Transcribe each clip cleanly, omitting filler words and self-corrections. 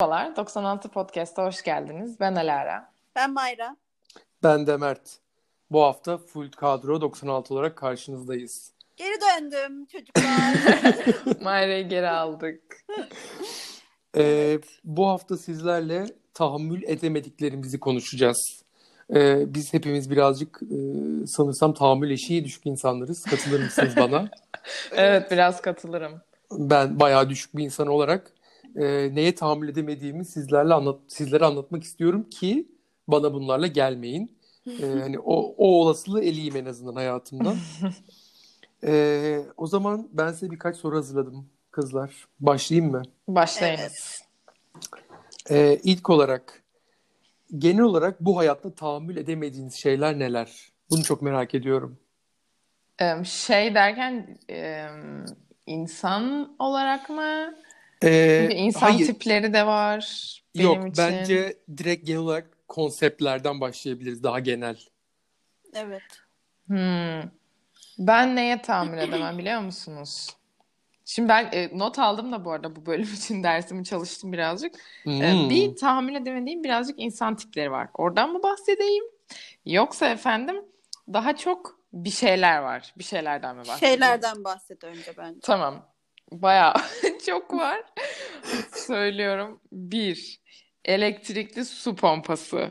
Merhabalar, 96 Podcast'a hoş geldiniz. Ben Alara. Ben Mayra. Ben de Mert. Bu hafta full kadro 96 olarak karşınızdayız. Geri döndüm çocuklar. Mayra'yı geri aldık. Evet. Bu hafta sizlerle tahammül edemediklerimizi konuşacağız. Biz hepimiz birazcık sanırsam tahammül eşiği düşük insanlarız. Katılır mısınız bana? Evet, biraz katılırım. Ben bayağı düşük bir insan olarak neye tahammül edemediğimi sizlere anlatmak istiyorum ki bana bunlarla gelmeyin. Hani o olasılığı eleyeyim en azından hayatımdan. O zaman ben size birkaç soru hazırladım kızlar. Başlayayım mı? Başlayınız. İlk olarak genel olarak bu hayatta tahammül edemediğiniz şeyler neler? Bunu çok merak ediyorum. Şey derken insan olarak mı? Çünkü insan Hayır, tipleri de var yok. benim için. Bence direkt genel olarak konseptlerden başlayabiliriz. Daha genel. Evet. Ben neye tahammül edemem biliyor musunuz? Şimdi ben not aldım da bu arada bu bölüm için dersimi çalıştım birazcık. Bir tahammül edemediğim birazcık insan tipleri var. Oradan mı bahsedeyim? Yoksa efendim daha çok bir şeyler var. Bir şeylerden mi bahsedeyim? Şeylerden bahset önce bence. Tamam. Bayağı çok var. Söylüyorum. 1. Elektrikli su pompası.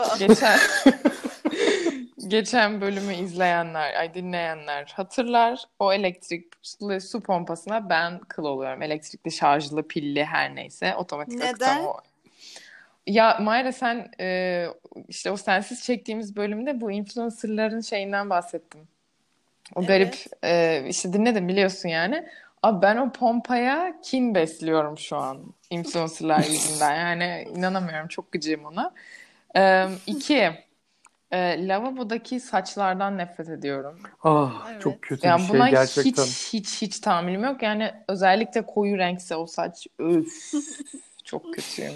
Geçen bölümü dinleyenler hatırlar. O elektrikli su pompasına ben kıl oluyorum. Elektrikli, şarjlı, pilli her neyse. Otomatik akıtan Neden? o. Ya Mayra sen işte o sensiz çektiğimiz bölümde bu influencerların şeyinden bahsettim. O garip işte dinledim biliyorsun yani. Abi ben o pompaya kin besliyorum şu an. Influencerlar yüzünden. Yani inanamıyorum. Çok gıcığım ona. 2. Lavabodaki saçlardan nefret ediyorum. Evet. Çok kötü Yani bir şey buna gerçekten. hiç tahammülüm yok. Yani özellikle koyu renkse o saç çok kötüyüm.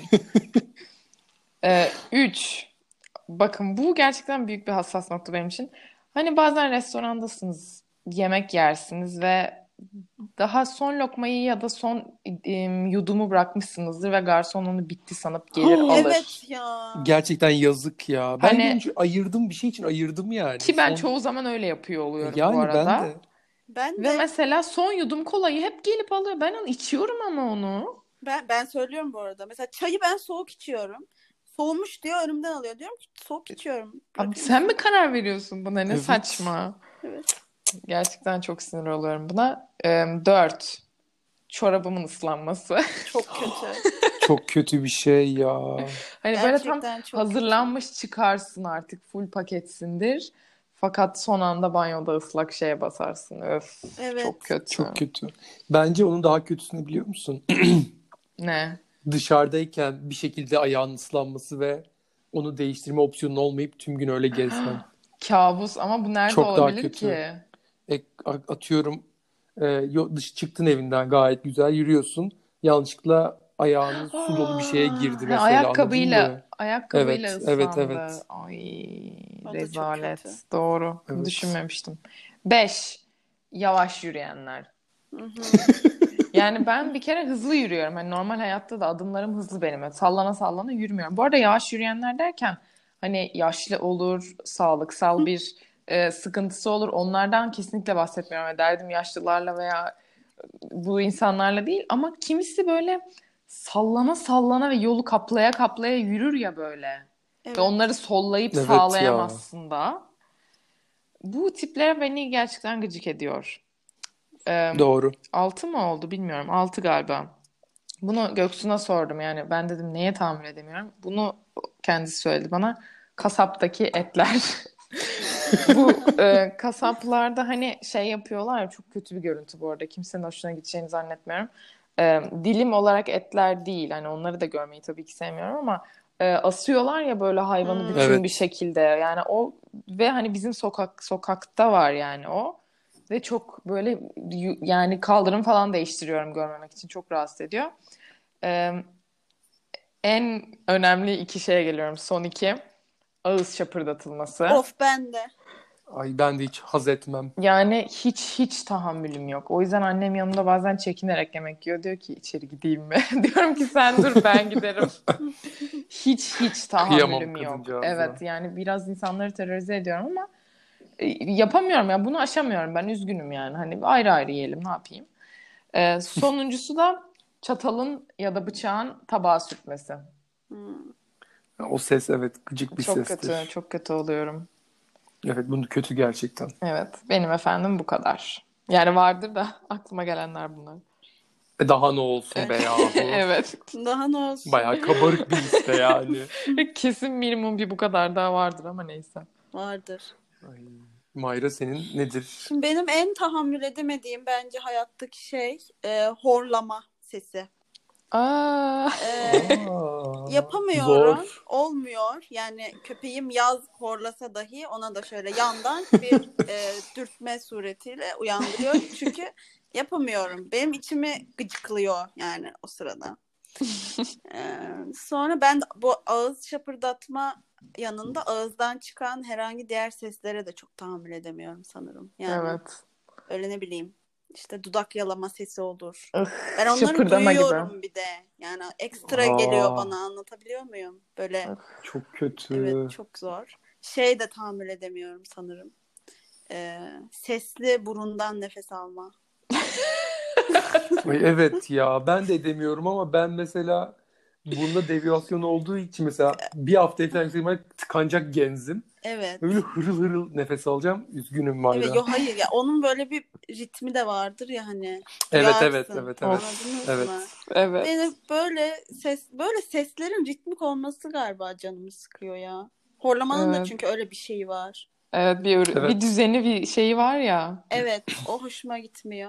3. Bakın bu gerçekten büyük bir hassas nokta benim için. Hani bazen restorandasınız, yemek yersiniz ve daha son lokmayı ya da son yudumu bırakmışsınızdır ve garson onu bitti sanıp gelir alır. Evet ya. Gerçekten yazık ya. Ben Hani önce ayırdım, bir şey için ayırdım yani. ki ben çoğu zaman öyle yapıyor oluyorum bu Yani arada. ben de. Ben Ve de. mesela son yudum kolayı hep gelip alıyor. Ben onu içiyorum ama onu. Ben söylüyorum bu arada. Mesela çayı ben soğuk içiyorum. Soğumuş diyor önümden alıyor. Diyorum ki soğuk içiyorum. Abi sen mi karar veriyorsun buna? Ne Evet. saçma. Evet. Gerçekten çok sinir oluyorum buna. 4. Çorabımın ıslanması. Çok kötü. Çok kötü bir şey ya. Hani böyle tam Gerçekten çok hazırlanmış çıkarsın artık full paketsindir. Fakat son anda banyoda ıslak şeye basarsın. Öf, Evet. çok kötü. Çok kötü. Bence onun daha kötüsünü biliyor musun? Ne? Dışarıdayken bir şekilde ayağın ıslanması ve onu değiştirme opsiyonun olmayıp tüm gün öyle gezmen. Kabus ama bu nerede Çok daha olabilir kötü. ki? Atıyorum çıktın evinden gayet güzel yürüyorsun. Yanlışlıkla ayağın su dolu bir şeye girdi mesela, anladın mı? Ayakkabıyla Evet, ıslandı. evet. Ay O da çok rezalet. kötü. Doğru. Evet. Düşünmemiştim. 5. Yavaş yürüyenler. Hı. Yani ben bir kere hızlı yürüyorum. Hani normal hayatta da adımlarım hızlı benim. Yani sallana sallana yürümüyorum. Bu arada yavaş yürüyenler derken hani yaşlı olur, sağlıksal bir sıkıntısı olur. Onlardan kesinlikle bahsetmiyorum. Yani derdim yaşlılarla veya bu insanlarla değil. Ama kimisi böyle sallana sallana ve yolu kaplaya kaplaya yürür ya böyle. Evet. Ve onları sollayıp Evet sağlayamazsın da. Bu tipler beni gerçekten gıcık ediyor. Doğru. 6 mı oldu bilmiyorum. 6 galiba. Bunu Göksu'na sordum yani. Ben dedim neye tahammül edemiyorum. Bunu kendisi söyledi bana. Kasaptaki etler. Bu kasaplarda hani şey yapıyorlar ya, çok kötü bir görüntü bu arada. Kimsenin hoşuna gideceğini zannetmiyorum. Dilim olarak etler değil. Hani onları da görmeyi tabii ki sevmiyorum ama asıyorlar ya böyle hayvanı bütün Evet. bir şekilde. Yani o ve hani bizim sokakta var yani o. Ve çok böyle yani kaldırım falan değiştiriyorum görmemek için. Çok rahatsız ediyor. En önemli 2 şeye geliyorum. Son 2. Ağız şapırdatılması. Of ben de. Ay ben de hiç haz etmem. Yani hiç tahammülüm yok. O yüzden annem yanımda bazen çekinerek yemek yiyor. Diyor ki içeri gideyim mi? Diyorum ki sen dur ben giderim. Hiç Kıyamam tahammülüm yok. kadıncağıza. Evet yani biraz insanları terörize ediyorum ama yapamıyorum ya. Bunu aşamıyorum. Ben üzgünüm yani. Hani ayrı ayrı yiyelim ne yapayım. Sonuncusu da çatalın ya da bıçağın tabağa sürtmesi. Hmm. O ses evet gıcık bir Çok kötü, sestir. çok kötü oluyorum. Evet bunu kötü gerçekten. Evet, benim efendim bu kadar. Yani vardır da aklıma gelenler bunlar. Daha ne olsun be yahu. Evet. Daha ne olsun? Bayağı kabarık bir liste yani. Kesin minimum bir bu kadar daha vardır ama neyse. Vardır. Ay, Mayra senin nedir? Şimdi benim en tahammül edemediğim bence hayattaki şey horlama sesi. Aa, Yapamıyorum. Zor. Olmuyor. Yani köpeğim yaz horlasa dahi ona da şöyle yandan bir dürtme suretiyle uyandırıyorum. Çünkü yapamıyorum. Benim içimi gıcıklıyor yani o sırada. Sonra ben bu ağız şapırdatma yanında ağızdan çıkan herhangi diğer seslere de çok tahammül edemiyorum sanırım. Yani evet. öyle ne bileyim işte dudak yalama sesi olur. Ih, Ben onları şıpırdama gibi. duyuyorum bir de. Yani ekstra geliyor bana, anlatabiliyor muyum? Böyle Çok kötü. evet çok zor. Şey de tahammül edemiyorum sanırım. Sesli burundan nefes alma. Ay, evet ya ben de edemiyorum ama ben mesela bunda deviyasyon olduğu için mesela bir hafta falan tıkanacak genzim. Evet. Öyle hırıl hırıl nefes alacağım. Üzgünüm Evet, Mayra. yo hayır ya onun böyle bir ritmi de vardır ya hani. Evet Duyarsın. evet. Anladınız Evet. mı? Evet. Benim böyle seslerin ritmik olması galiba canımı sıkıyor ya. Horlamanın da Evet. çünkü öyle bir şeyi var. Evet bir Evet. düzeni bir şeyi var ya. Evet, o hoşuma gitmiyor.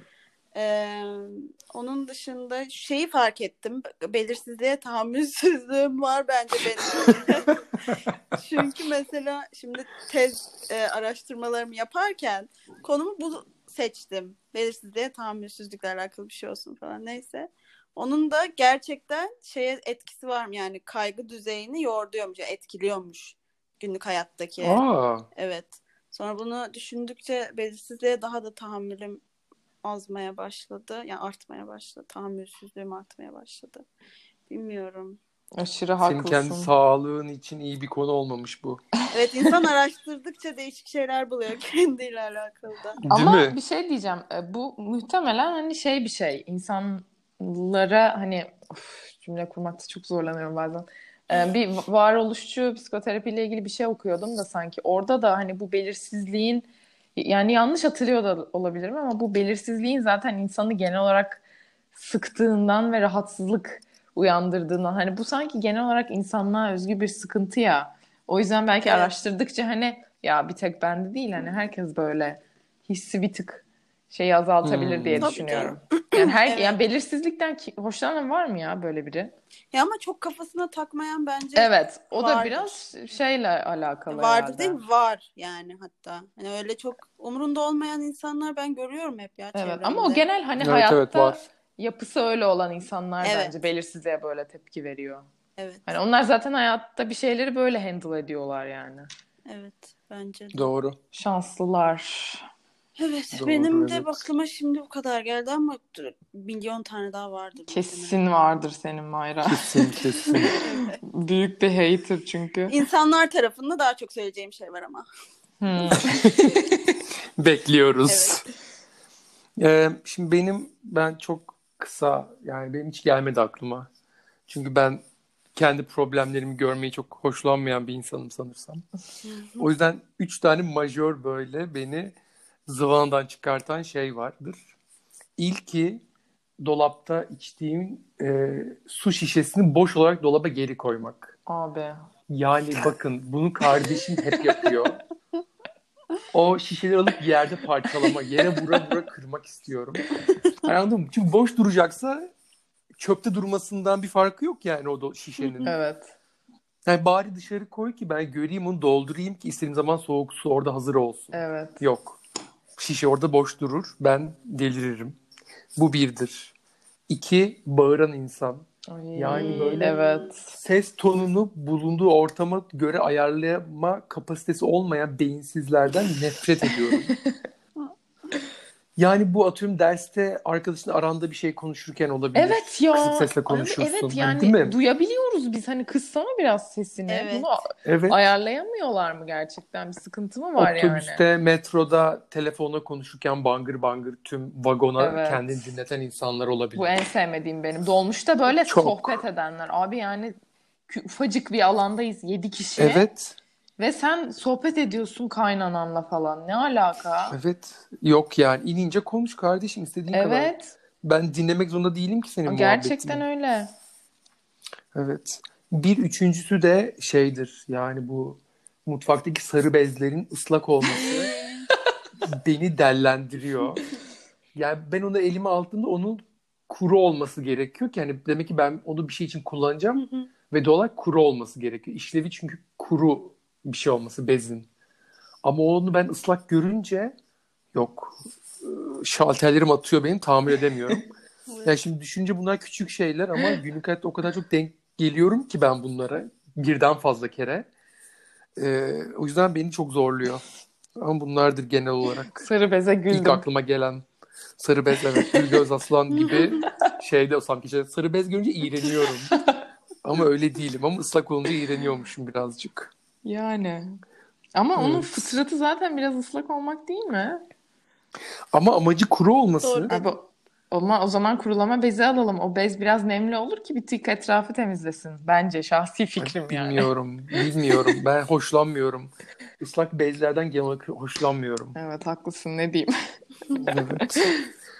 Onun dışında şeyi fark ettim. Belirsizliğe tahammülsüzlüğüm var bence benim. Çünkü mesela şimdi tez araştırmalarımı yaparken konumu bu seçtim. Belirsizliğe tahammülsüzlükle alakalı bir şey olsun falan neyse. Onun da gerçekten şeye etkisi var mı? Yani kaygı düzeyini yorduyormuş, yani etkiliyormuş günlük hayattaki. Aa, Evet. Sonra bunu düşündükçe belirsizliğe daha da tahammülüm azmaya başladı. Yani artmaya başladı. Tahammülsüzlüğüm artmaya başladı. Bilmiyorum. Aşırı senin kendi haklısın. sağlığın için iyi bir konu olmamış bu. Evet, insan araştırdıkça değişik şeyler buluyor kendiyle alakalı da. Değil Ama mi? bir şey diyeceğim. Bu muhtemelen hani şey bir şey. İnsanlara hani cümle kurmakta çok zorlanıyorum bazen. Bir varoluşçu psikoterapiyle ilgili bir şey okuyordum da sanki. Orada da hani bu belirsizliğin yani yanlış hatırlıyor da olabilirim ama bu belirsizliğin zaten insanı genel olarak sıktığından ve rahatsızlık uyandırdığından hani bu sanki genel olarak insanlığa özgü bir sıkıntı ya. O yüzden belki Evet. araştırdıkça hani ya bir tek bende değil hani herkes böyle hissi bir tık şeyi azaltabilir diye Tabii düşünüyorum. canım. Yani Evet. yani belirsizlikten hoşlanan var mı ya böyle biri? Ya ama çok kafasına takmayan bence Evet, o da vardır. biraz şeyle alakalı Vardır herhalde. değil, var yani hatta. Yani öyle çok umurunda olmayan insanlar ben görüyorum hep ya Evet çevremde. ama o genel hani Evet hayatta var. yapısı öyle olan insanlar Evet. bence belirsizliğe böyle tepki veriyor. Evet. Hani onlar zaten hayatta bir şeyleri böyle handle ediyorlar yani. Evet. Bence de. Doğru. Şanslılar. Evet. Doğru, Benim de evet. aklıma şimdi bu kadar geldi ama milyon tane daha vardır. Kesin vardır senin Mayra. Kesin. Büyük bir hater çünkü. İnsanlar tarafında daha çok söyleyeceğim şey var ama. Bekliyoruz. Evet. Şimdi ben çok kısa yani benim hiç gelmedi aklıma. Çünkü ben kendi problemlerimi görmeyi çok hoşlanmayan bir insanım sanırsam. O yüzden 3 tane majör böyle beni zıvanadan çıkartan şey vardır. İlki dolapta içtiğim su şişesini boş olarak dolaba geri koymak. Abi. Yani bakın bunu kardeşim hep yapıyor. O şişeleri alıp yerde parçalama, yere vura kırmak istiyorum. Anladın mı? Çünkü boş duracaksa çöpte durmasından bir farkı yok yani o şişenin. Evet. Yani bari dışarı koy ki ben göreyim onu doldurayım ki istediğim zaman soğuk su orada hazır olsun. Evet. Yok. Şişe orada boş durur. Ben deliririm. Bu birdir. 2, bağıran insan. Ay, Yani böyle evet. ses tonunu bulunduğu ortama göre ayarlama kapasitesi olmayan beyinsizlerden nefret ediyorum. Yani bu atıyorum derste arkadaşın aranda bir şey konuşurken olabilir. Evet ya. Kısık sesle Abi evet konuşursun. Hani değil yani mi? duyabiliyoruz biz. Hani kıssana biraz sesini. Bunu Evet. Evet. ayarlayamıyorlar mı gerçekten? Bir sıkıntı mı var yani? Otobüste, metroda, telefonla konuşurken bangır bangır tüm vagona kendini Evet. dinleten insanlar Bu olabilir. en sevmediğim benim. Dolmuşta böyle sohbet Çok. edenler. Abi yani ufacık bir alandayız. 7 kişi. Evet. Ve sen sohbet ediyorsun kaynananla falan. Ne alaka? Evet. Yok yani inince konuş kardeşim istediğin kadar. Evet. Ben dinlemek zorunda değilim ki senin Gerçekten muhabbetini. öyle. Evet. Bir üçüncüsü de şeydir. Yani bu mutfaktaki sarı bezlerin ıslak olması beni dellendiriyor. Yani ben onu elime aldığımda onun kuru olması gerekiyor ki hani demek ki ben onu bir şey için kullanacağım ve doğal olarak kuru olması gerekiyor. İşlevi çünkü kuru bir şey olması bezin. Ama onu ben ıslak görünce yok şalterlerim atıyor benim tahammül edemiyorum. Yani Evet. şimdi düşünce bunlar küçük şeyler ama günlük hayatta o kadar çok denk geliyorum ki ben bunlara birden fazla kere. O yüzden beni çok zorluyor. Ama bunlardır genel olarak. Sarı beze İlk güldüm. aklıma gelen sarı bez evet. Gülgöz Aslan gibi şeyde sanki sarı bez görünce iğreniyorum. Ama öyle değilim ama ıslak olunca iğreniyormuşum birazcık. Yani. Ama onun Evet. fıtratı zaten biraz ıslak olmak değil mi? Ama amacı kuru Doğru olması. Abi dedin. o zaman kurulama bezi alalım. O bez biraz nemli olur ki bir tık etrafı temizlesin. Bence şahsi Ay, fikrim yani. bilmiyorum. Bilmiyorum. Ben hoşlanmıyorum. Islak bezlerden genel olarak hoşlanmıyorum. Evet haklısın ne diyeyim. Evet.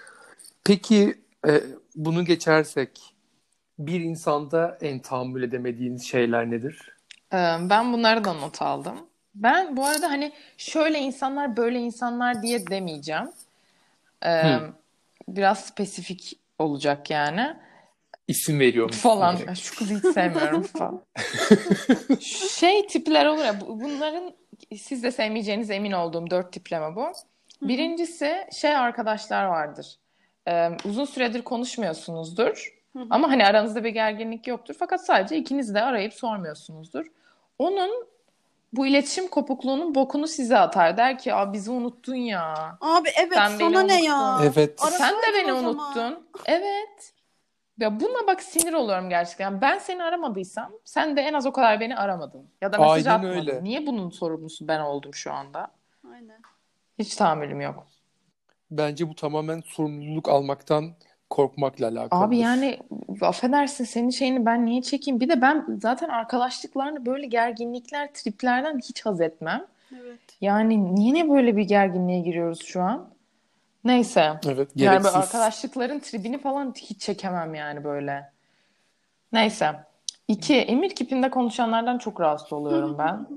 Peki bunu geçersek bir insanda en tahammül edemediğiniz şeyler nedir? Ben bunları da not aldım. Ben bu arada hani şöyle insanlar böyle insanlar diye demeyeceğim. Ee, Hmm. Biraz spesifik olacak yani. İsim veriyormuşsun Falan. direkt. Şu kızı hiç sevmiyorum falan. Şey tipler olur ya bunların siz de sevmeyeceğinize emin olduğum 4 tipleme bu. Birincisi şey arkadaşlar vardır. Uzun süredir konuşmuyorsunuzdur. Ama hani aranızda bir gerginlik yoktur. Fakat sadece ikiniz de arayıp sormuyorsunuzdur. Onun bu iletişim kopukluğunun bokunu size atar. Der ki Aa, bizi unuttun ya. Abi evet Sen beni sana ne unuttun. ya? Evet. Sen de Arasaydın beni o zaman. unuttun. Evet. Ya buna bak sinir oluyorum gerçekten. Ben seni aramadıysam sen de en az o kadar beni aramadın. Ya da mesaj Aynen atmadın. öyle. Niye bunun sorumlusu ben oldum şu anda? Aynen. Hiç tahammülüm yok. Bence bu tamamen sorumluluk almaktan korkmakla Abi alakalıdır. yani affedersin senin şeyini ben niye çekeyim? Bir de ben zaten arkadaşlıklarını böyle gerginlikler, triplerden hiç haz etmem. Evet. Yani niye ne böyle bir gerginliğe giriyoruz şu an? Neyse. Evet, Yani böyle gereksiz. arkadaşlıkların tribini falan hiç çekemem yani böyle. Neyse. İki, emir kipinde konuşanlardan çok rahatsız oluyorum ben.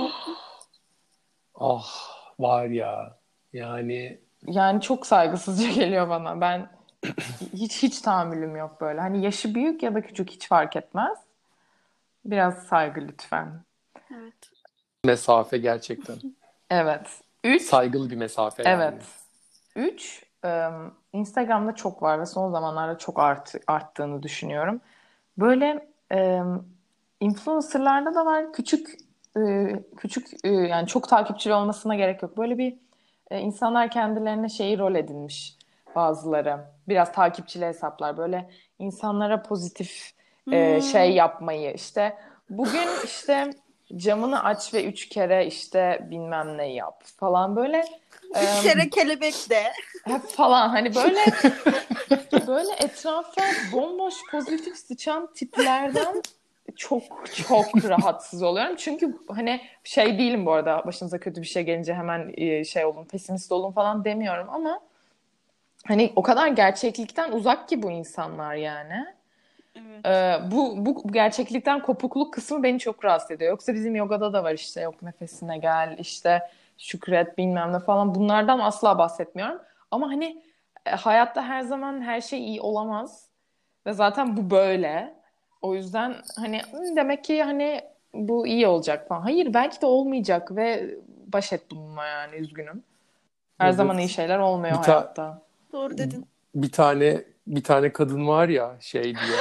Ah var ya. Yani Yani çok saygısızca geliyor bana. Ben hiç tahammülüm yok böyle. Hani yaşı büyük ya da küçük hiç fark etmez. Biraz saygı lütfen. Evet. mesafe gerçekten. Evet. Üç, Saygılı bir mesafe yani. evet. Üç, Instagram'da çok var ve son zamanlarda çok arttığını düşünüyorum. Böyle influencerlarda da var. Küçük yani çok takipçili olmasına gerek yok. Böyle bir insanlar kendilerine şeyi rol edinmiş bazıları. Biraz takipçili hesaplar. Böyle insanlara pozitif şey Hmm. yapmayı işte bugün işte camını aç ve 3 kere işte bilmem ne yap falan böyle Bir e, kere kelebek de. hep falan hani böyle etrafa bomboş pozitif sıçan tiplerden çok rahatsız oluyorum. Çünkü hani şey değilim bu arada başınıza kötü bir şey gelince hemen şey olun pesimist olun falan demiyorum ama hani o kadar gerçeklikten uzak ki bu insanlar yani. Evet. Bu gerçeklikten kopukluk kısmı beni çok rahatsız ediyor. Yoksa bizim yogada da var işte yok nefesine gel işte şükret bilmem ne falan bunlardan asla bahsetmiyorum. Ama hani hayatta her zaman her şey iyi olamaz ve zaten bu böyle. O yüzden hani demek ki hani bu iyi olacak falan. Hayır belki de olmayacak ve baş et bununla yani üzgünüm. Her zaman iyi Evet. şeyler olmuyor Bir ta hayatta. Doğru dedin. bir tane kadın var ya şey diyor.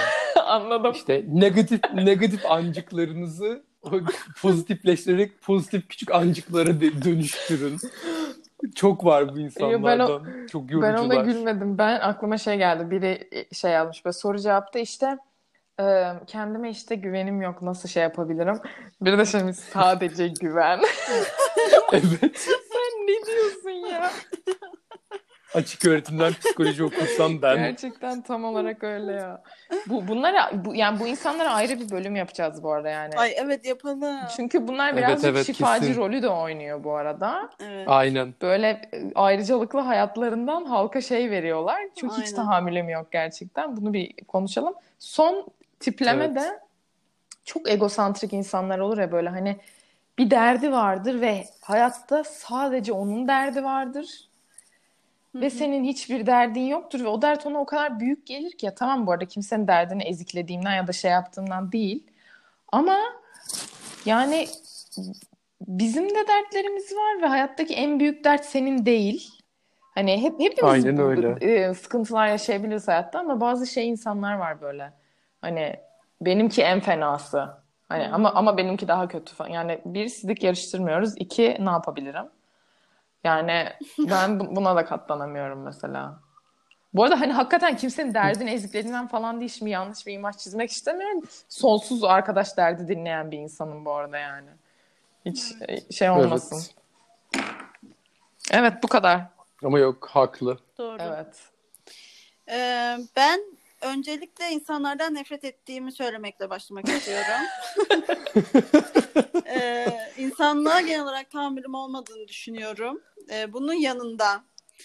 Anladım. İşte negatif ancıklarınızı pozitifleştirerek pozitif küçük ancıklara dönüştürün. Çok var bu Ben insanlardan. Çok ben ona yorucular. gülmedim. Ben aklıma şey geldi. Biri şey yazmış böyle soru cevapta işte kendime işte güvenim yok. Nasıl şey yapabilirim? Biri de şey sadece güven. Evet. Sen ne diyorsun ya? Açık öğretimden psikoloji okursam ben. Gerçekten tam olarak öyle ya. Yani bu insanlara ayrı bir bölüm yapacağız bu arada yani. Ay evet yapalım. Çünkü bunlar birazcık Evet, şifacı kesin. rolü de oynuyor bu arada. Evet. Aynen. Böyle ayrıcalıklı hayatlarından halka şey veriyorlar. Çok hiç Aynen. tahammülüm yok gerçekten. Bunu bir konuşalım. Son tipleme Evet. de çok egosantrik insanlar olur ya böyle hani bir derdi vardır ve hayatta sadece onun derdi vardır. Ve senin hiçbir derdin yoktur ve o dert ona o kadar büyük gelir ki ya tamam bu arada kimsenin derdini eziklediğimden ya da şey yaptığımdan değil. Ama yani bizim de dertlerimiz var ve hayattaki en büyük dert senin değil. Hani hepimiz Aynen öyle. sıkıntılar yaşayabiliriz hayatta ama bazı şey insanlar var böyle. Hani benimki en fenası. Hani ama benimki daha kötü falan. Yani bir sidik yarıştırmıyoruz. İki ne yapabilirim? Yani ben buna da katlanamıyorum mesela. Bu arada hani hakikaten kimsenin derdini eziklediğinden falan değil. Şimdi yanlış bir imaj çizmek istemiyorum. Sonsuz arkadaş derdi dinleyen bir insanım bu arada yani. Hiç şey olmasın. Evet. Evet bu kadar. Ama yok haklı. Doğru. Evet. Ben öncelikle insanlardan nefret ettiğimi söylemekle başlamak istiyorum. İnsanlığa genel olarak tahammülüm olmadığını düşünüyorum. Bunun yanında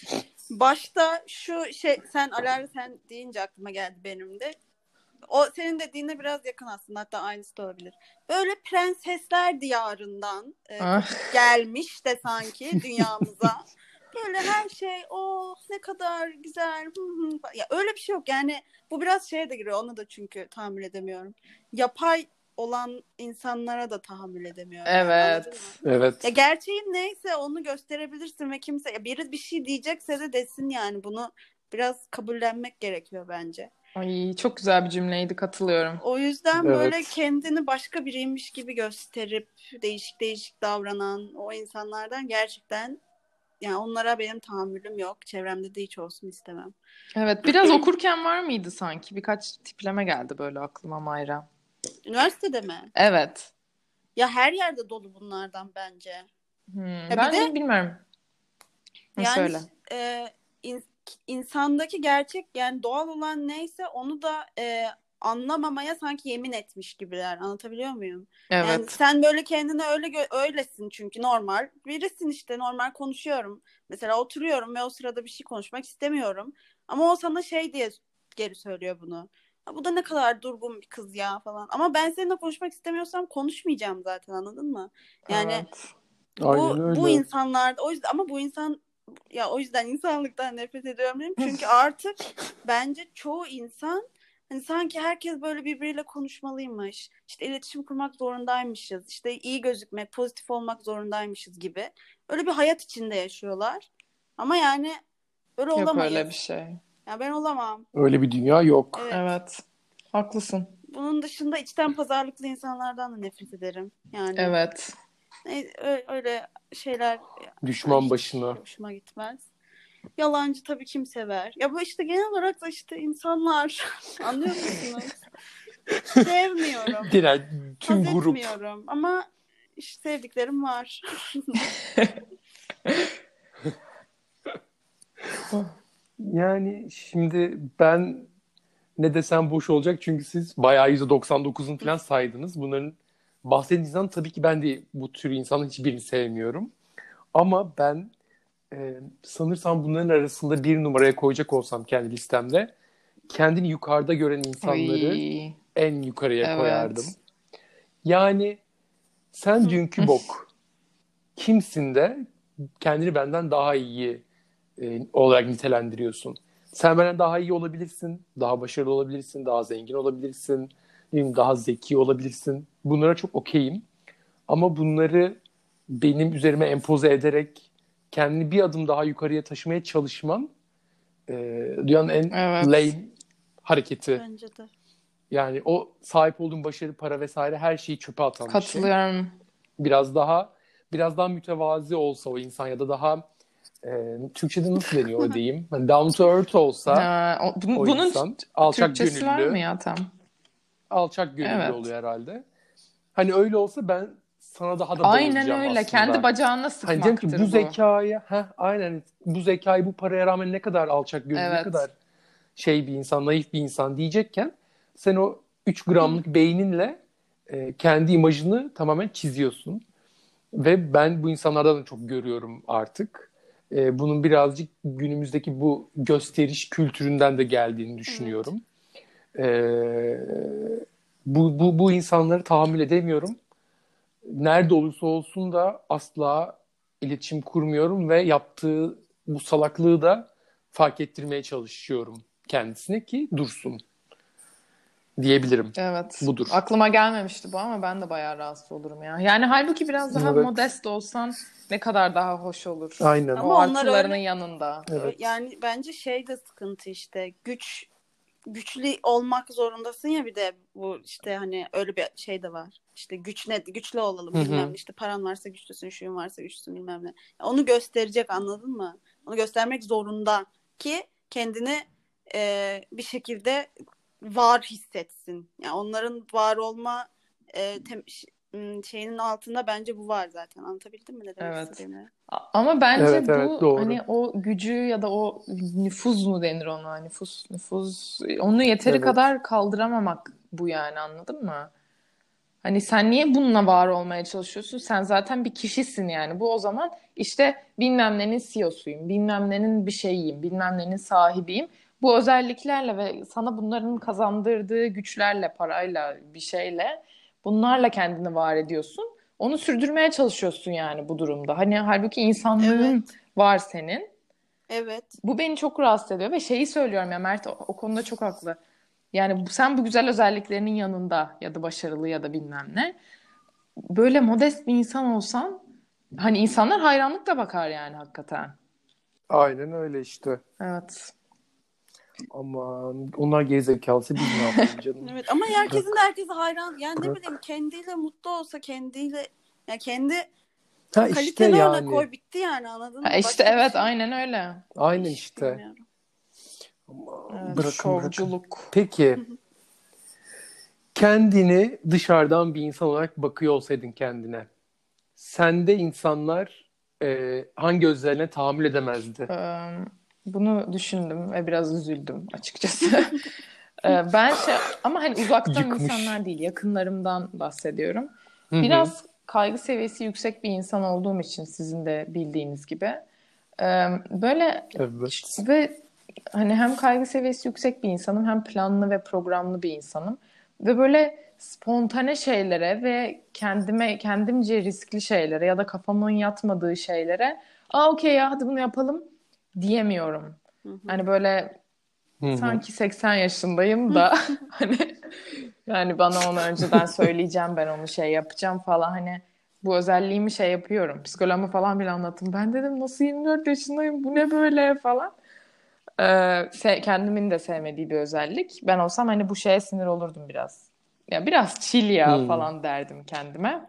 başta şu şey sen Alara sen deyince aklıma geldi benim de. O senin dediğine biraz yakın aslında, hatta aynısı da olabilir. Böyle prensesler diyarından gelmiş de sanki dünyamıza. Böyle her şey ne kadar güzel. Ya öyle bir şey yok. Yani bu biraz şeye de giriyor. Ona da çünkü tahammül edemiyorum. Yapay olan insanlara da tahammül edemiyorum. Evet. Yani, evet. Ya gerçeğin neyse onu gösterebilirsin ve kimse ya biri bir şey diyecekse de desin yani, bunu biraz kabullenmek gerekiyor bence. Ay çok güzel bir cümleydi, katılıyorum. O yüzden Evet. böyle kendini başka biriymiş gibi gösterip değişik değişik davranan o insanlardan gerçekten yani onlara benim tahammülüm yok. Çevremde de hiç olsun istemem. Evet biraz okurken var mıydı sanki? Birkaç tipleme geldi böyle aklıma Mayra. Üniversitede mi? Evet. Ya her yerde dolu bunlardan bence. Ya Ben bir de bilmiyorum. yani Söyle. insandaki gerçek yani doğal olan neyse onu da anlamamaya sanki yemin etmiş gibiler. Anlatabiliyor muyum? Evet. Yani sen böyle kendine öylesin çünkü normal birisin, işte normal konuşuyorum. Mesela oturuyorum ve o sırada bir şey konuşmak istemiyorum. Ama o sana şey diye geri söylüyor bunu. Bu da ne kadar durgun bir kız ya falan. Ama ben seninle konuşmak istemiyorsam konuşmayacağım zaten, anladın mı? Yani Evet. Aynen öyle. bu insanlar o yüzden, ama bu insan ya o yüzden insanlıktan nefret ediyorum dedim. Çünkü artık bence çoğu insan hani sanki herkes böyle birbiriyle konuşmalıymış. İşte iletişim kurmak zorundaymışız. İşte iyi gözükmek, pozitif olmak zorundaymışız gibi. Öyle bir hayat içinde yaşıyorlar. Ama yani öyle Yok olamayız. öyle bir şey. Ya ben olamam. Öyle bir dünya yok. Evet. Haklısın. Bunun dışında içten pazarlıklı insanlardan da nefret ederim. Yani Evet. öyle şeyler Düşman hiç başına. hoşuma gitmez. Yalancı tabii kim sever? Ya bu işte genel olarak da işte insanlar anlıyor musunuz? Sevmiyorum. Genel tüm Haz grup. etmiyorum ama işte sevdiklerim var. Yani şimdi ben ne desem boş olacak çünkü siz bayağı %99'un falan saydınız. Bunların bahseden insan tabii ki ben de bu tür insanın hiçbirini sevmiyorum. Ama ben sanırsam bunların arasında bir numaraya koyacak olsam kendi listemde kendini yukarıda gören insanları Ay. en yukarıya Evet. koyardım. Yani sen dünkü bok kimsin de kendini benden daha iyi olarak nitelendiriyorsun. Sen benden daha iyi olabilirsin, daha başarılı olabilirsin, daha zengin olabilirsin, daha zeki olabilirsin. Bunlara çok okeyim. Ama bunları benim üzerime empoze ederek kendini bir adım daha yukarıya taşımaya çalışman dünyanın en Evet. lame hareketi. Bence de. Yani o sahip olduğun başarı, para vesaire her şeyi çöpe atan bir şey. Katılıyorum. Biraz daha mütevazi olsa o insan ya da daha Türkçe'de nasıl deniyor o deyim? Hani down to earth olsa o Bunun insan alçak Türkçesi var mı gönüllü, ya tam? alçak gönüllü Evet. oluyor herhalde. Hani öyle olsa ben sana daha da Aynen bağıracağım öyle. aslında. Kendi bacağına Hani diyorum ki sıkmaktır bu zekaya, aynen bu zekayı bu paraya rağmen ne kadar alçak gönüllü, ne Evet. kadar şey bir insan, naif bir insan diyecekken sen o 3 gramlık beyninle kendi imajını tamamen çiziyorsun. Ve ben bu insanlardan da çok görüyorum artık. Bunun birazcık günümüzdeki bu gösteriş kültüründen de geldiğini düşünüyorum. Bu insanları tahammül edemiyorum. Nerede olursa olsun da asla iletişim kurmuyorum ve yaptığı bu salaklığı da fark ettirmeye çalışıyorum kendisine ki dursun diyebilirim. Evet. Budur. Aklıma gelmemişti bu ama ben de bayağı rahatsız olurum ya. Yani halbuki biraz daha Evet. modest olsan ne kadar daha hoş olur. Aynen. O Ama onlar artılarının öyle, yanında. Evet. yani bence şey de sıkıntı işte, güçlü olmak zorundasın ya, bir de bu işte hani öyle bir şey de var. İşte güçlü olalım bilmem ne, işte paran varsa güçlüsün, şuyun varsa güçlüsün bilmem ne. Onu gösterecek, anladın mı? Onu göstermek zorunda ki kendini bir şekilde var hissetsin. Yani onların var olma şeyinin altında bence bu var zaten. Anlatabildim mi ne demek Evet. istediğimi? Ama bence Evet, bu doğru. hani o gücü ya da o nüfuz mu denir ona? Nüfuz. Onu yeteri Evet. kadar kaldıramamak bu, yani anladın mı? Hani sen niye bununla var olmaya çalışıyorsun? Sen zaten bir kişisin yani. Bu o zaman işte bilmem nenin CEO'suyum, bilmem nenin bir şeyiyim, bilmem nenin sahibiyim. Bu özelliklerle ve sana bunların kazandırdığı güçlerle, parayla, bir şeyle, bunlarla kendini var ediyorsun. Onu sürdürmeye çalışıyorsun yani bu durumda. Hani halbuki insanlığın Evet. var senin. Evet. Bu beni çok rahatsız ediyor ve şeyi söylüyorum ya, Mert o konuda çok haklı. Yani sen bu güzel özelliklerinin yanında ya da başarılı ya da bilmem ne, böyle modest bir insan olsan hani insanlar hayranlıkla bakar yani hakikaten. Aynen öyle işte. Evet. Aman onlar gerizekalısı biz ne yapalım canım? Evet, ama herkesin de Bırak. herkese hayran. Yani ne Bırak. bileyim, kendiyle mutlu olsa, kendiyle, yani kendi Ha işte kaliteni öne yani. koy, bitti yani, anladın Ha mı? işte Başka bir evet, şey aynen öyle. Aynen hiç işte. bilmiyorum. Evet, Bırakın. şovculuk. Peki kendini dışarıdan bir insan olarak bakıyor olsaydın kendine. Sende insanlar hangi özelliğine tahammül edemezdi? Bunu düşündüm ve biraz üzüldüm açıkçası. Ben ama hani uzaktan Yıkmış. insanlar değil, yakınlarımdan bahsediyorum. Hı hı. Biraz kaygı seviyesi yüksek bir insan olduğum için, sizin de bildiğiniz gibi. Böyle Evet. ve hani hem kaygı seviyesi yüksek bir insanım, hem planlı ve programlı bir insanım. Ve böyle spontane şeylere ve kendimce riskli şeylere ya da kafamın yatmadığı şeylere okey ya, hadi bunu yapalım diyemiyorum. Hani böyle Hı hı. sanki 80 yaşındayım da hani yani bana onu önceden söyleyeceğim, ben onu şey yapacağım falan, hani bu özelliğimi şey yapıyorum. Psikoloğuma falan bile anlattım. Ben dedim nasıl 24 yaşındayım, bu ne böyle falan. Kendimin de sevmediği bir özellik. Ben olsam hani bu şeye sinir olurdum biraz. Ya biraz chill ya falan derdim kendime.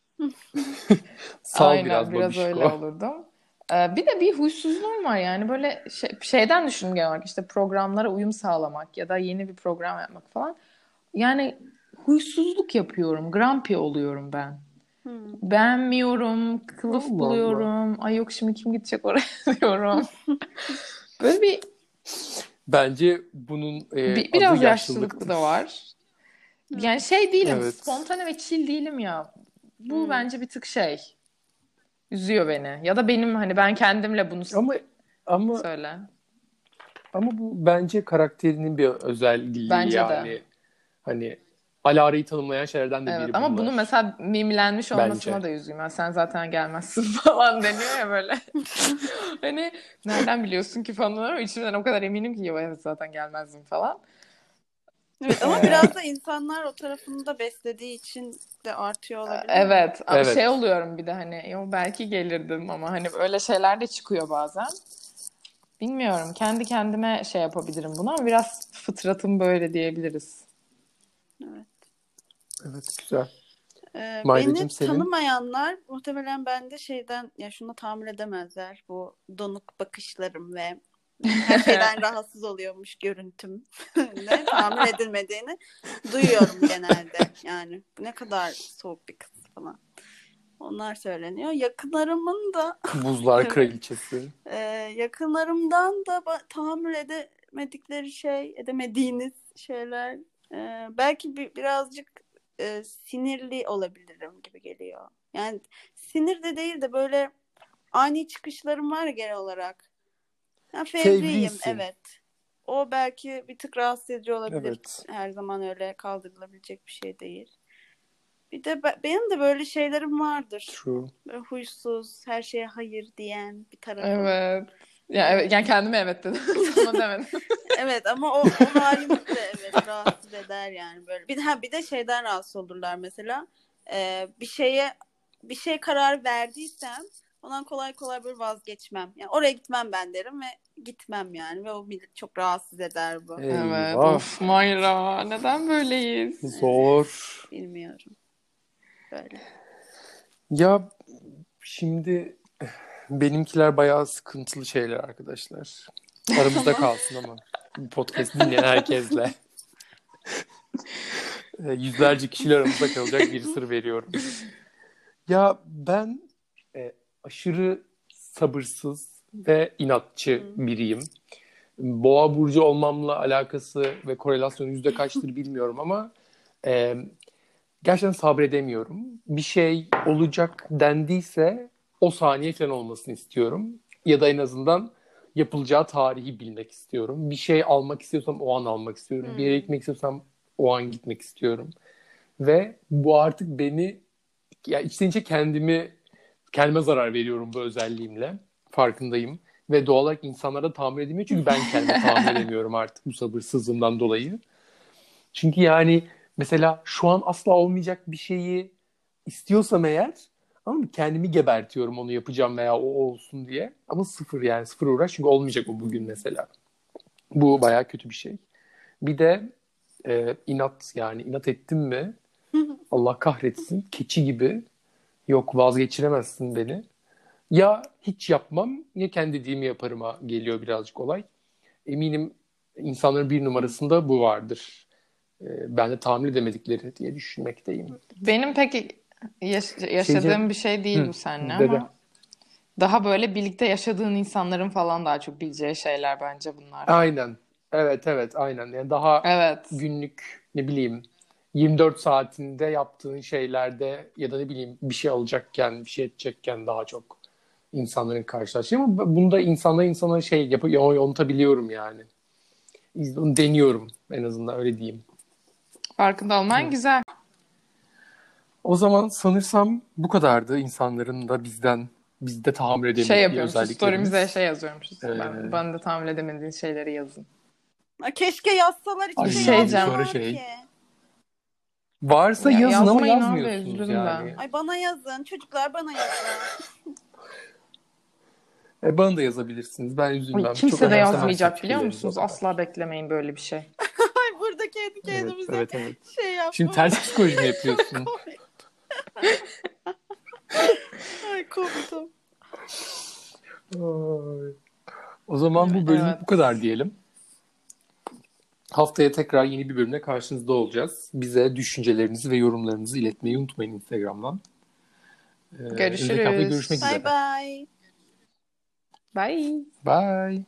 Sal Aynen, biraz biraz öyle babişko. olurdum. Bir de bir huysuzluğum var yani, böyle şeyden düşündüm genel olarak, işte programlara uyum sağlamak ya da yeni bir program yapmak falan. Yani huysuzluk yapıyorum, grumpy oluyorum ben. Beğenmiyorum, kılıf Allah Allah. buluyorum. Ay yok, şimdi kim gidecek oraya diyorum. Böyle Bence bunun adı biraz yaşlılık yaşlılıktır. da var. Yani şey değilim, Evet. spontane ve chill değilim ya. Bu bence bir tık şey. Üzüyor beni. Ya da benim hani ben kendimle bunu Ama ama söyle. ama bu bence karakterinin bir özelliği Bence de. yani. Hani Alara'yı tanımlayan şeylerden de Evet, biri ama bunun bunlar. mesela mimlenmiş olmasına Bence. da üzüyorum. Yani sen zaten gelmezsin falan deniyor ya böyle. Hani nereden biliyorsun ki falan, ama içimden o kadar eminim ki ya, evet zaten gelmezdim falan. Evet, ama biraz da insanlar o tarafını da beslediği için de artıyor olabilir mi? Evet, şey Evet. oluyorum bir de hani yo, belki gelirdim ama hani öyle şeyler de çıkıyor bazen. Bilmiyorum, kendi kendime şey yapabilirim bunu ama biraz fıtratım böyle diyebiliriz. Evet. Evet, güzel. Beni Maydacığım senin? tanımayanlar muhtemelen bende şeyden ya şuna tahammül edemezler. Bu donuk bakışlarım ve her şeyden rahatsız oluyormuş görüntüm ne tahammül edilmediğini duyuyorum genelde. Yani bu ne kadar soğuk bir kız falan. Onlar söyleniyor. Yakınlarımın da Buzlar evet, kraliçesi. yakınlarımdan da tahammül edemediğiniz şeyler belki birazcık sinirli olabilirim gibi geliyor. Yani sinir de değil de böyle ani çıkışlarım var ya genel olarak. Yani fevriyim, Fevrisin. evet. O belki bir tık rahatsız edici olabilir. Evet. Her zaman öyle kaldırılabilecek bir şey değil. Bir de benim de böyle şeylerim vardır. True. Böyle huysuz, her şeye hayır diyen bir tarafım. Evet. Ya evet, yani kendime evet dedim. Sana demedim. Evet ama o halimiz de evet rahatsız eder yani böyle. Bir de şeyden rahatsız olurlar mesela. Bir şey karar verdiysem ondan kolay kolay böyle vazgeçmem. Yani oraya gitmem ben derim ve gitmem yani ve o millet çok rahatsız eder bu. Evet. Eyvah. Of Mayra. Neden böyleyiz? Zor. Bilmiyorum. Böyle. Ya şimdi benimkiler bayağı sıkıntılı şeyler arkadaşlar. Aramızda kalsın ama. Bu podcast dinleyen herkesle. Yüzlerce kişiyle aramızda kalacak bir sır veriyorum. Ya ben aşırı sabırsız ve inatçı biriyim. Boğa burcu olmamla alakası ve korelasyonu yüzde kaçtır bilmiyorum ama gerçekten sabredemiyorum. Bir şey olacak dendiyse o saniye falan olmasını istiyorum. Ya da en azından yapılacağı tarihi bilmek istiyorum. Bir şey almak istiyorsam o an almak istiyorum. Bir yere gitmek istiyorsam o an gitmek istiyorum. Ve bu artık beni ya içten içe kendime zarar veriyorum bu özelliğimle. Farkındayım. Ve doğal olarak insanlara tahammül edemiyor. Çünkü ben kendime tahammül edemiyorum artık bu sabırsızlığımdan dolayı. Çünkü yani mesela şu an asla olmayacak bir şeyi istiyorsam eğer ama kendimi gebertiyorum onu yapacağım veya o olsun diye. Ama sıfır uğraş çünkü olmayacak o bugün mesela. Bu bayağı kötü bir şey. Bir de inat ettim mi Allah kahretsin keçi gibi yok vazgeçiremezsin beni. Ya hiç yapmam ya kendi dediğimi yaparıma geliyor birazcık olay. Eminim insanların bir numarasında bu vardır. Ben de tahammül edemedikleri diye düşünmekteyim. Benim pek yaşadığım bir şey değil bu seninle ama daha böyle birlikte yaşadığın insanların falan daha çok bileceği şeyler bence bunlar. Aynen. Evet aynen. Yani daha Evet. günlük ne bileyim 24 saatinde yaptığın şeylerde ya da ne bileyim bir şey alacakken, bir şey edecekken daha çok insanların karşılaştığı ama bunda insana şey unutabiliyorum yani. Onu deniyorum en azından öyle diyeyim. Farkında olman güzel. O zaman sanırsam bu kadardı insanların da bizde tahammül edemediği özelliklerimiz. Story'mize yazıyormuşuz. Ben de tahammül edemediğin şeyleri yazın. Keşke yazsalar hiçbir şey yazmıyorlar ki. Varsa yazın ama yazmıyorsunuz yani. Ay bana yazın. Çocuklar bana yazın. Bana da yazabilirsiniz. Ben üzülmem. Kimse de yazmayacak biliyor musunuz? Asla beklemeyin böyle bir şey. Ay burada kendi kendimize evet. şey yapmam. Şimdi ters psikoloji mi yapıyorsun? Ay koptum. O zaman bu bölümlük bu kadar diyelim. Haftaya tekrar yeni bir bölümle karşınızda olacağız. Bize düşüncelerinizi ve yorumlarınızı iletmeyi unutmayın Instagram'dan. Görüşürüz. Görüşmek üzere. Bye bye. Bye. Bye.